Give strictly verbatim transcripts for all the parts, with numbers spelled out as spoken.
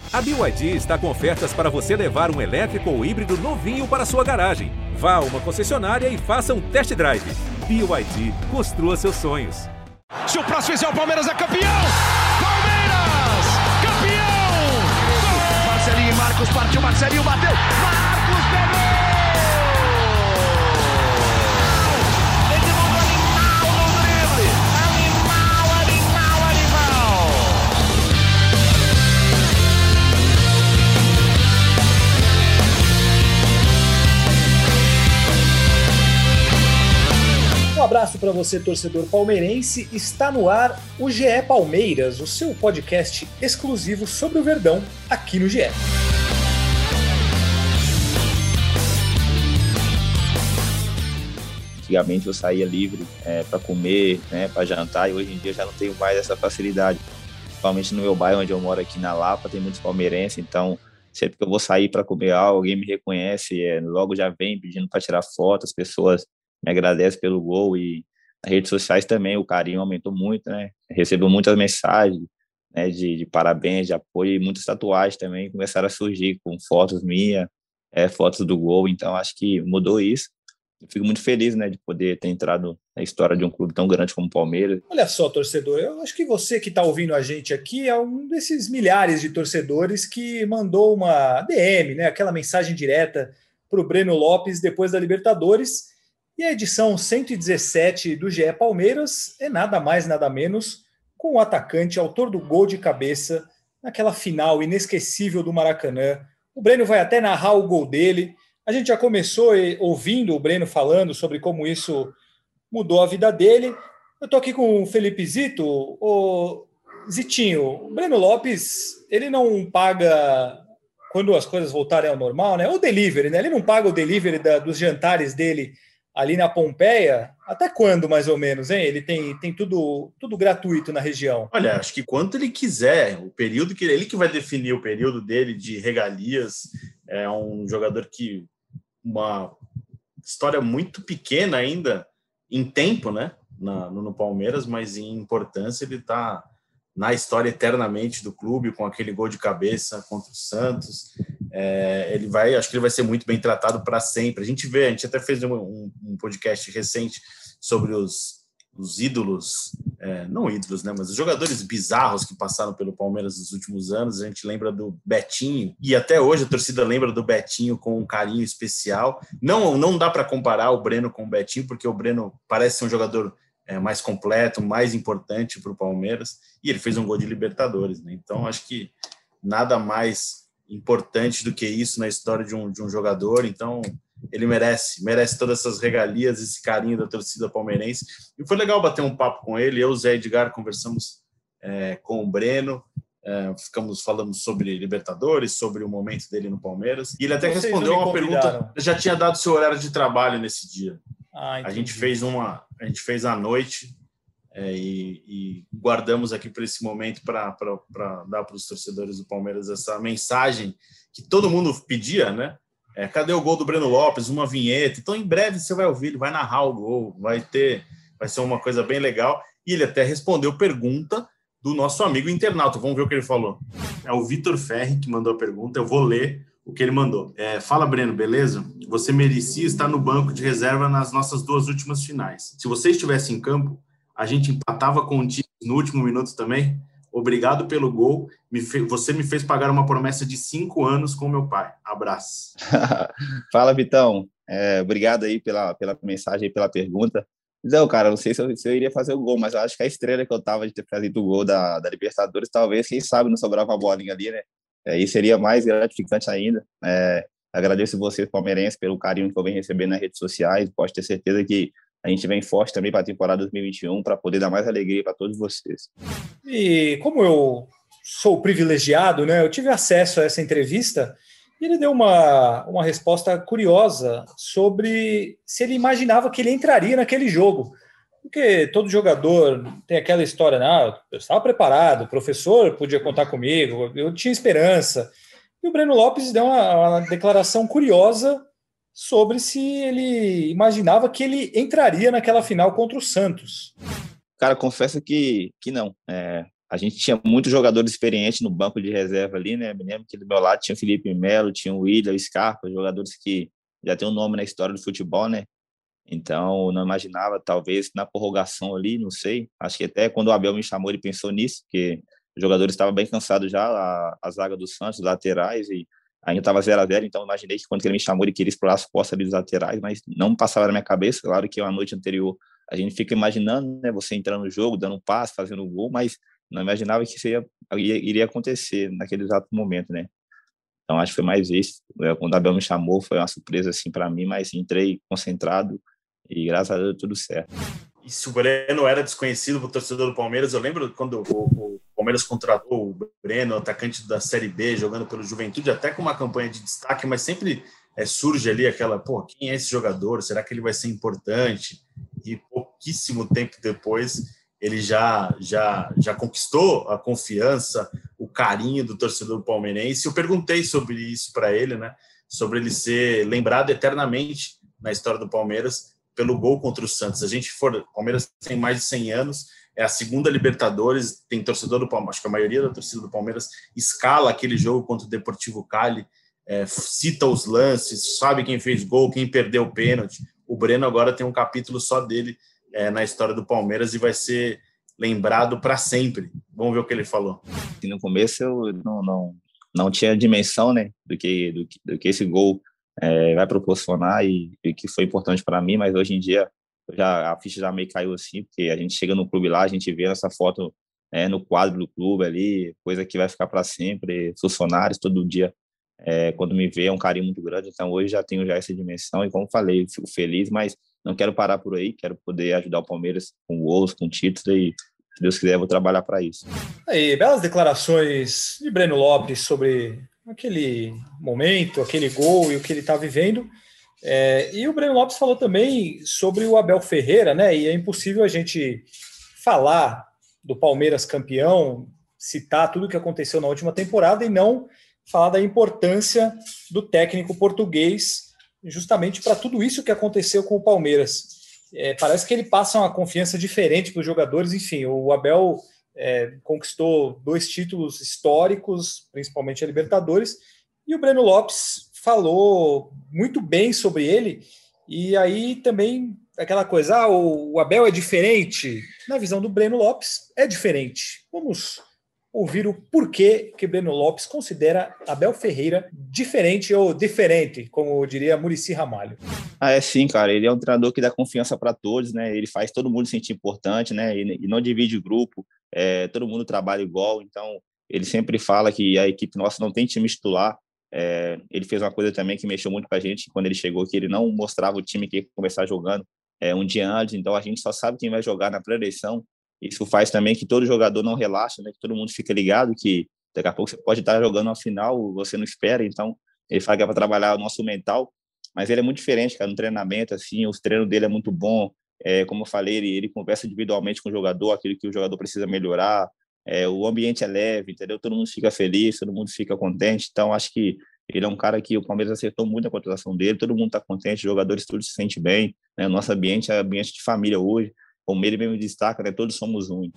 A B Y D está com ofertas para você levar um elétrico ou híbrido novinho para sua garagem. Vá a uma concessionária e faça um test drive. B Y D, construa seus sonhos. Se o próximo fizer, o Palmeiras é campeão! Palmeiras! Campeão! Gol! Marcelinho e Marcos, partiu, Marcelinho bateu! Marcos pegou! Edmundo animal no drible! Animal, animal, animal! Um abraço para você, torcedor palmeirense. Está no ar o G E Palmeiras, o seu podcast exclusivo sobre o Verdão, aqui no G E. Antigamente eu saía livre é, para comer, né, para jantar, e hoje em dia já não tenho mais essa facilidade. Principalmente no meu bairro, onde eu moro aqui na Lapa, tem muitos palmeirenses, então sempre que eu vou sair para comer algo, alguém me reconhece, é, logo já vem pedindo para tirar foto, as pessoas me agradece pelo gol, e nas redes sociais também o carinho aumentou muito, né? Recebo muitas mensagens, né, de, de parabéns, de apoio, e muitas tatuagens também começaram a surgir com fotos minhas, é, fotos do gol. Então acho que mudou isso. Eu fico muito feliz, né, de poder ter entrado na história de um clube tão grande como o Palmeiras. Olha só, torcedor, eu acho que você que está ouvindo a gente aqui é um desses milhares de torcedores que mandou uma D M, né, aquela mensagem direta para o Breno Lopes depois da Libertadores. E a edição cento e dezessete do G E Palmeiras é nada mais, nada menos com o atacante, autor do gol de cabeça naquela final inesquecível do Maracanã. O Breno vai até narrar o gol dele. A gente já começou ouvindo o Breno falando sobre como isso mudou a vida dele. Eu estou aqui com o Felipe Zito. O Zitinho, o Breno Lopes, ele não paga, quando as coisas voltarem ao normal, né? O delivery, né? Ele não paga o delivery da, dos jantares dele ali na Pompeia. Até quando, mais ou menos, hein? Ele tem, tem tudo, tudo gratuito na região. Olha, acho que quanto ele quiser, o período que ele que vai definir o período dele de regalias. É um jogador que uma história muito pequena ainda em tempo, né, na, no, no Palmeiras, mas em importância ele está na história eternamente do clube, com aquele gol de cabeça contra o Santos. É, ele vai, acho que ele vai ser muito bem tratado para sempre. A gente vê, a gente até fez um, um, um podcast recente sobre os, os ídolos, é, não ídolos, né, mas os jogadores bizarros que passaram pelo Palmeiras nos últimos anos. A gente lembra do Betinho, e até hoje a torcida lembra do Betinho com um carinho especial. Não, não dá para comparar o Breno com o Betinho, porque o Breno parece ser um jogador é, mais completo, mais importante para o Palmeiras, e ele fez um gol de Libertadores, né? Então acho que nada mais importante do que isso na história de um, de um jogador. Então ele merece, merece todas essas regalias, esse carinho da torcida palmeirense. E foi legal bater um papo com ele. Eu e o Zé Edgar conversamos é, com o Breno, é, ficamos falando sobre Libertadores, sobre o momento dele no Palmeiras. E ele até Vocês respondeu uma pergunta. Já tinha dado seu horário de trabalho nesse dia. Ah, a gente fez uma, a gente fez à noite é, e, e guardamos aqui para esse momento para dar para os torcedores do Palmeiras essa mensagem que todo mundo pedia, né? É, cadê o gol do Breno Lopes? Uma vinheta. Então, em breve você vai ouvir, ele vai narrar o gol, vai ter, vai ser uma coisa bem legal. E ele até respondeu pergunta do nosso amigo internauta. Vamos ver o que ele falou. É o Vitor Ferri que mandou a pergunta. Eu vou ler o que ele mandou. É, Fala, Breno, beleza? Você merecia estar no banco de reserva nas nossas duas últimas finais. Se você estivesse em campo, a gente empatava com o time no último minuto também. Obrigado pelo gol. Me fe... Você me fez pagar uma promessa de cinco anos com meu pai. Abraço. Fala, Vitão. É, obrigado aí pela, pela mensagem e pela pergunta. Não, cara, não sei se eu, se eu iria fazer o gol, mas eu acho que a estrela que eu tava de ter feito o gol da, da Libertadores, talvez, quem sabe, não sobrava uma bolinha ali, né? É, e seria mais gratificante ainda. É, agradeço vocês, palmeirenses, pelo carinho que eu venho recebendo nas redes sociais. Pode ter certeza que a gente vem forte também para a temporada dois mil e vinte e um, para poder dar mais alegria para todos vocês. E como eu sou privilegiado, né, eu tive acesso a essa entrevista e ele deu uma, uma resposta curiosa sobre se ele imaginava que ele entraria naquele jogo. Porque todo jogador tem aquela história, né? Eu estava preparado, o professor podia contar comigo, eu tinha esperança. E o Breno Lopes deu uma, uma declaração curiosa sobre se ele imaginava que ele entraria naquela final contra o Santos. Cara, confesso que, que não. É, a gente tinha muitos jogadores experientes no banco de reserva ali, né? Me lembro que do meu lado tinha o Felipe Melo, tinha o William, o Scarpa, jogadores que já tem um nome na história do futebol, né? Então, eu não imaginava, talvez, na prorrogação ali, não sei. Acho que até quando o Abel me chamou, ele pensou nisso, porque os jogadores estavam bem cansados já, a, a zaga do Santos, os laterais, e ainda estava zero a zero, então imaginei que quando ele me chamou, ele queria explorar as costas ali dos laterais, mas não passava na minha cabeça. Claro que uma noite anterior a gente fica imaginando, né, você entrando no jogo, dando um passe, fazendo um gol, mas não imaginava que isso ia, ia, iria acontecer naquele exato momento, né? Então, acho que foi mais isso. Quando o Abel me chamou, foi uma surpresa assim para mim, mas entrei concentrado e graças a Deus tudo certo. E se o Breno era desconhecido para o torcedor do Palmeiras, eu lembro quando o, o Palmeiras contratou o Breno, atacante da Série B, jogando pelo Juventude, até com uma campanha de destaque, mas sempre é, surge ali aquela, pô, quem é esse jogador? Será que ele vai ser importante? E pouquíssimo tempo depois, ele já, já, já conquistou a confiança, o carinho do torcedor palmeirense. Eu perguntei sobre isso para ele, né? Sobre ele ser lembrado eternamente na história do Palmeiras pelo gol contra o Santos. A gente for, o Palmeiras tem mais de cem anos, é a segunda Libertadores, tem torcedor do Palmeiras, acho que a maioria da torcida do Palmeiras escala aquele jogo contra o Deportivo Cali, é, cita os lances, sabe quem fez gol, quem perdeu o pênalti. O Breno agora tem um capítulo só dele é, na história do Palmeiras e vai ser lembrado para sempre. Vamos ver o que ele falou. No começo eu não, não, não tinha dimensão, né, do que, do que, do que esse gol É, vai proporcionar e, e que foi importante para mim, mas hoje em dia já, a ficha já meio caiu assim, porque a gente chega no clube lá, a gente vê essa foto é, no quadro do clube ali, coisa que vai ficar para sempre, funcionários todo dia, é, quando me vê é um carinho muito grande, então hoje já tenho já essa dimensão e como falei, fico feliz, mas não quero parar por aí, quero poder ajudar o Palmeiras com gols, com títulos e se Deus quiser eu vou trabalhar para isso. Aí, belas declarações de Breno Lopes sobre aquele momento, aquele gol e o que ele está vivendo. É, e o Breno Lopes falou também sobre o Abel Ferreira, né? E é impossível a gente falar do Palmeiras campeão, citar tudo o que aconteceu na última temporada e não falar da importância do técnico português justamente para tudo isso que aconteceu com o Palmeiras. É, parece que ele passa uma confiança diferente para os jogadores. Enfim, o Abel É, conquistou dois títulos históricos, principalmente a Libertadores, e o Breno Lopes falou muito bem sobre ele, e aí também aquela coisa, ah, o, o Abel é diferente, na visão do Breno Lopes é diferente. Vamos ouvir o porquê que Breno Lopes considera Abel Ferreira diferente ou diferente, como diria Muricy Ramalho. Ah, é sim, cara, ele é um treinador que dá confiança para todos, né, ele faz todo mundo se sentir importante, né, e, e não divide o grupo, é, todo mundo trabalha igual, então ele sempre fala que a equipe nossa não tem time titular. É, ele fez uma coisa também que mexeu muito com a gente quando ele chegou, que ele não mostrava o time que ia começar jogando é, um dia antes, então a gente só sabe quem vai jogar na pré-eleição. Isso faz também que todo jogador não relaxa, né, que todo mundo fica ligado que daqui a pouco você pode estar jogando uma final, você não espera, então ele fala que é para trabalhar o nosso mental, mas ele é muito diferente, cara, no treinamento, assim, os treinos dele é muito bom. É, como eu falei, ele, ele conversa individualmente com o jogador, aquilo que o jogador precisa melhorar, é, o ambiente é leve, entendeu? Todo mundo fica feliz, todo mundo fica contente, então acho que ele é um cara que o Palmeiras acertou muito a contratação dele, todo mundo está contente, os jogadores todos se sentem bem, né? O nosso ambiente é ambiente de família hoje, como ele mesmo destaca, né? Todos somos um.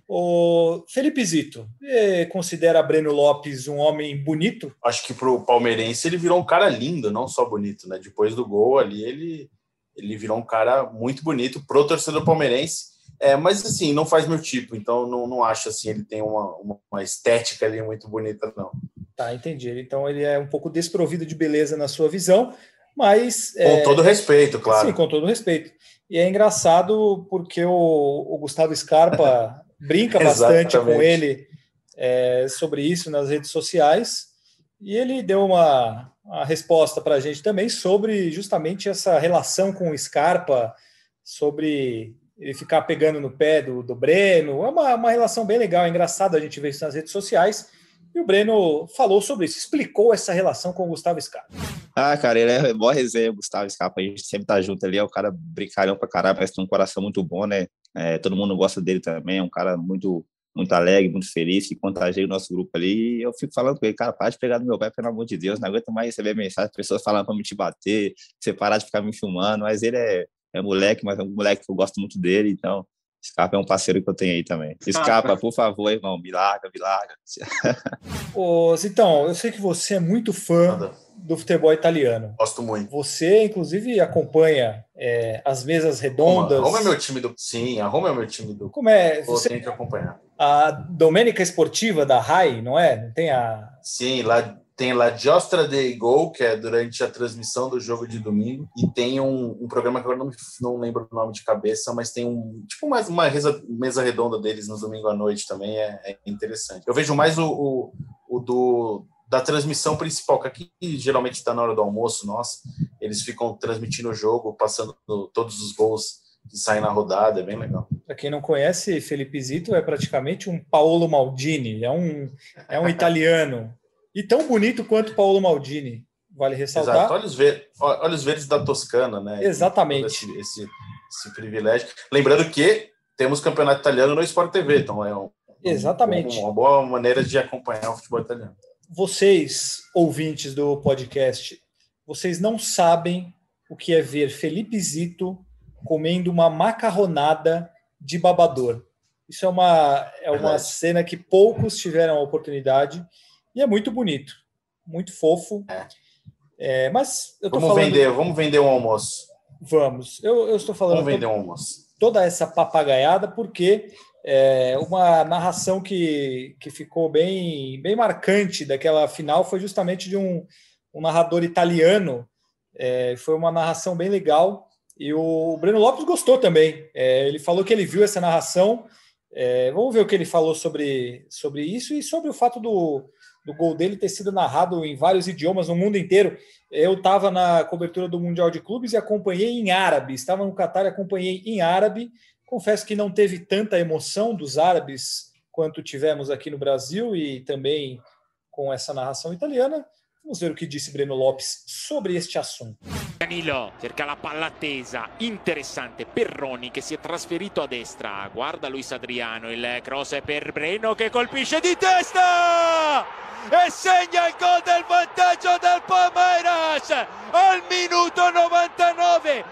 O Felipe Zito, você considera Breno Lopes um homem bonito? Acho que para o palmeirense ele virou um cara lindo, não só bonito, né? Depois do gol ali, ele... ele virou um cara muito bonito pro torcedor palmeirense, é, mas assim, não faz meu tipo, então não, não acho assim, ele tem uma, uma, uma estética ali muito bonita, não. Tá, entendi. Então ele é um pouco desprovido de beleza na sua visão, mas... Com é... todo respeito, claro. Sim, com todo respeito. E é engraçado porque o, o Gustavo Scarpa brinca bastante com ele é, sobre isso nas redes sociais, e ele deu uma... a resposta para a gente também sobre justamente essa relação com o Scarpa, sobre ele ficar pegando no pé do, do Breno. É uma, uma relação bem legal, é engraçado a gente ver isso nas redes sociais. E o Breno falou sobre isso, explicou essa relação com o Gustavo Scarpa. Ah, cara, ele é boa resenha, o Gustavo Scarpa, a gente sempre tá junto ali, é um cara brincalhão pra caralho, parece que tem um coração muito bom, né? É, todo mundo gosta dele também, é um cara muito... muito alegre, muito feliz, que contagia o nosso grupo ali, e eu fico falando com ele, cara, para de pegar no meu pé, pelo amor de Deus, não aguento mais receber mensagem, pessoas falando para me te bater, você parar de ficar me filmando, mas ele é, é moleque, mas é um moleque que eu gosto muito dele, então Scarpa é um parceiro que eu tenho aí também. Scarpa, por favor, irmão, me larga, me larga. Ô, Zitão, eu sei que você é muito fã Nada. do futebol italiano. Gosto muito. Você, inclusive, acompanha é, as mesas redondas. A Roma é meu time do... Sim, a Roma é meu time do... Como é? Vou Você... ter que acompanhar. A Domenica Esportiva da Rai, não é? Não tem a... Sim, lá tem La Giostra dei Gol, que é durante a transmissão do jogo de domingo, e tem um, um programa que agora não, não lembro o nome de cabeça, mas tem um tipo mais uma mesa, mesa redonda deles no domingo à noite também, é, é interessante. Eu vejo mais o, o, o do, da transmissão principal, que aqui geralmente está na hora do almoço, nossa, eles ficam transmitindo o jogo, passando todos os gols que saem na rodada, é bem legal. Para quem não conhece, Felipe Zito é praticamente um Paolo Maldini, é um, é um italiano. E tão bonito quanto Paolo Maldini, vale ressaltar. Exato, olhos, ver, olhos verdes da Toscana, né? Exatamente. Esse, esse, esse privilégio. Lembrando que temos campeonato italiano no Sport T V, então é um, Exatamente. Um, uma boa maneira de acompanhar o futebol italiano. Vocês, ouvintes do podcast, vocês não sabem o que é ver Felipe Zito comendo uma macarronada de babador. Isso é uma, é uma cena que poucos tiveram a oportunidade. E é muito bonito, muito fofo. É. É, mas eu tô vamos falando... vender, vamos vender um almoço. Vamos. Eu, eu estou falando vamos vender um almoço. Toda essa papagaiada porque é, uma narração que, que ficou bem, bem marcante daquela final foi justamente de um, um narrador italiano. É, foi uma narração bem legal e o Breno Lopes gostou também. É, ele falou que ele viu essa narração. É, vamos ver o que ele falou sobre, sobre isso e sobre o fato do do gol dele ter sido narrado em vários idiomas no mundo inteiro. Eu estava na cobertura do Mundial de Clubes e acompanhei em árabe. Estava no Catar e acompanhei em árabe. Confesso que não teve tanta emoção dos árabes quanto tivemos aqui no Brasil e também com essa narração italiana. Vamos ver o que disse Breno Lopes sobre este assunto. Danilo cerca la palla attesa, interessante, Perroni che si è trasferito a destra, guarda Luis Adriano, il cross è per Breno che colpisce di testa e segna il gol del vantaggio del Palmeiras al minuto novantanove.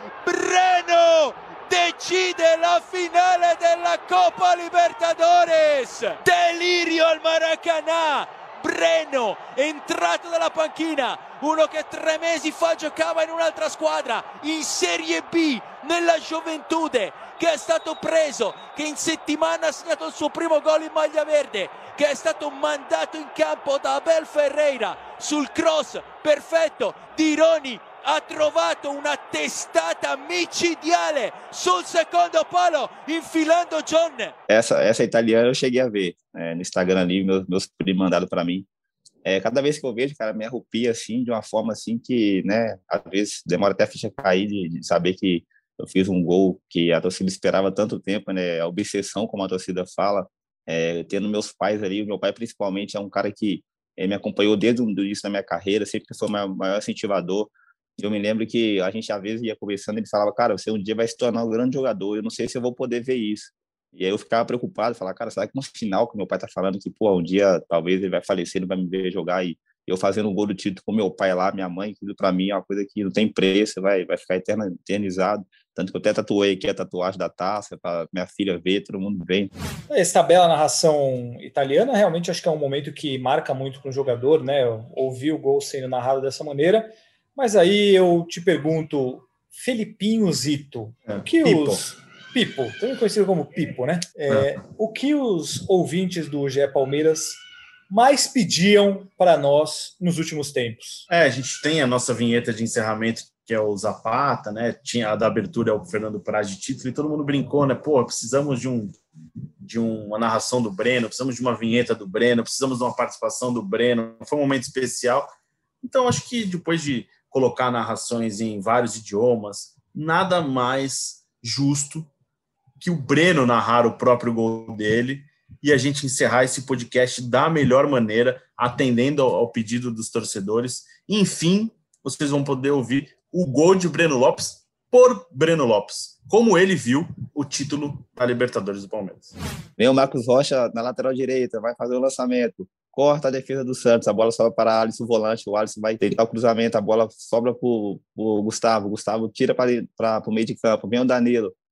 Breno decide la finale della Coppa Libertadores, delirio al Maracanã. Breno entrato dalla panchina, uno che tre mesi fa giocava in un'altra squadra in Serie B nella Juventude, che è stato preso, che in settimana ha segnato il suo primo gol in maglia verde, che è stato mandato in campo da Abel Ferreira sul cross perfetto di Roni. Ha trovato una testata micidiale sul secondo palo, infilando John. Essa, essa italiana eu cheguei a ver é, no Instagram ali, meus, meus primos mandaram para mim. É, cada vez que eu vejo, cara, me arrepia assim, de uma forma assim que, né, às vezes demora até a ficha cair de, de saber que eu fiz um gol que a torcida esperava há tanto tempo, né, a obsessão, como a torcida fala, é, tendo meus pais ali, o meu pai principalmente é um cara que é, me acompanhou desde o início da minha carreira, sempre foi o meu maior incentivador. Eu me lembro que a gente, às vezes, ia conversando e ele falava, cara, você um dia vai se tornar um grande jogador, eu não sei se eu vou poder ver isso. E aí eu ficava preocupado, falava, cara, será que no final que meu pai tá falando que, pô, um dia talvez ele vai falecer, ele vai me ver jogar e eu fazendo um gol do título com meu pai lá, minha mãe, tudo para mim é uma coisa que não tem preço, vai, vai ficar eterna, eternizado. Tanto que eu até tatuei aqui a tatuagem da taça para minha filha ver, todo mundo vem. Essa bela narração italiana, realmente acho que é um momento que marca muito para um jogador, né? Ouvir o gol sendo narrado dessa maneira. Mas aí eu te pergunto, Felipinho Zito, é, o que Pipo. os... Pipo, também conhecido como Pipo, né? É, é. O que os ouvintes do G E Palmeiras mais pediam para nós nos últimos tempos? É, a gente tem a nossa vinheta de encerramento, que é o Zapata, né? Tinha a da abertura é o Fernando Praz de título, e todo mundo brincou, né? Pô, precisamos de um de uma narração do Breno, precisamos de uma vinheta do Breno, precisamos de uma participação do Breno. Foi um momento especial. Então, acho que depois de colocar narrações em vários idiomas, nada mais justo que o Breno narrar o próprio gol dele e a gente encerrar esse podcast da melhor maneira, atendendo ao, ao pedido dos torcedores. Enfim, vocês vão poder ouvir o gol de Breno Lopes por Breno Lopes, como ele viu o título da Libertadores do Palmeiras. Vem o Marcos Rocha na lateral direita, vai fazer o lançamento. Corta a defesa do Santos, a bola sobra para Alisson, o volante, o Alisson vai tentar o cruzamento, a bola sobra para o Gustavo, o Gustavo tira para o meio de campo, vem o Danilo,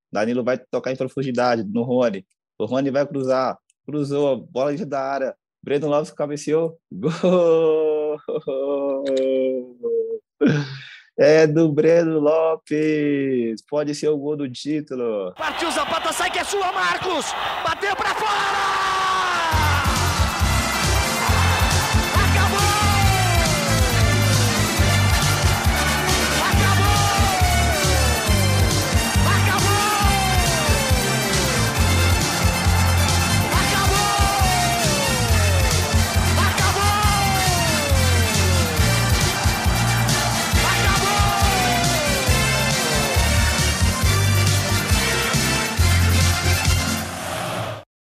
Danilo vai tocar em profundidade no Rony. O Rony vai cruzar. Cruzou, bola dentro da área. Breno Lopes cabeceou. Gol! É do Breno Lopes. Pode ser o gol do título. Partiu Zapata, sai que é sua, Marcos! Bateu pra fora!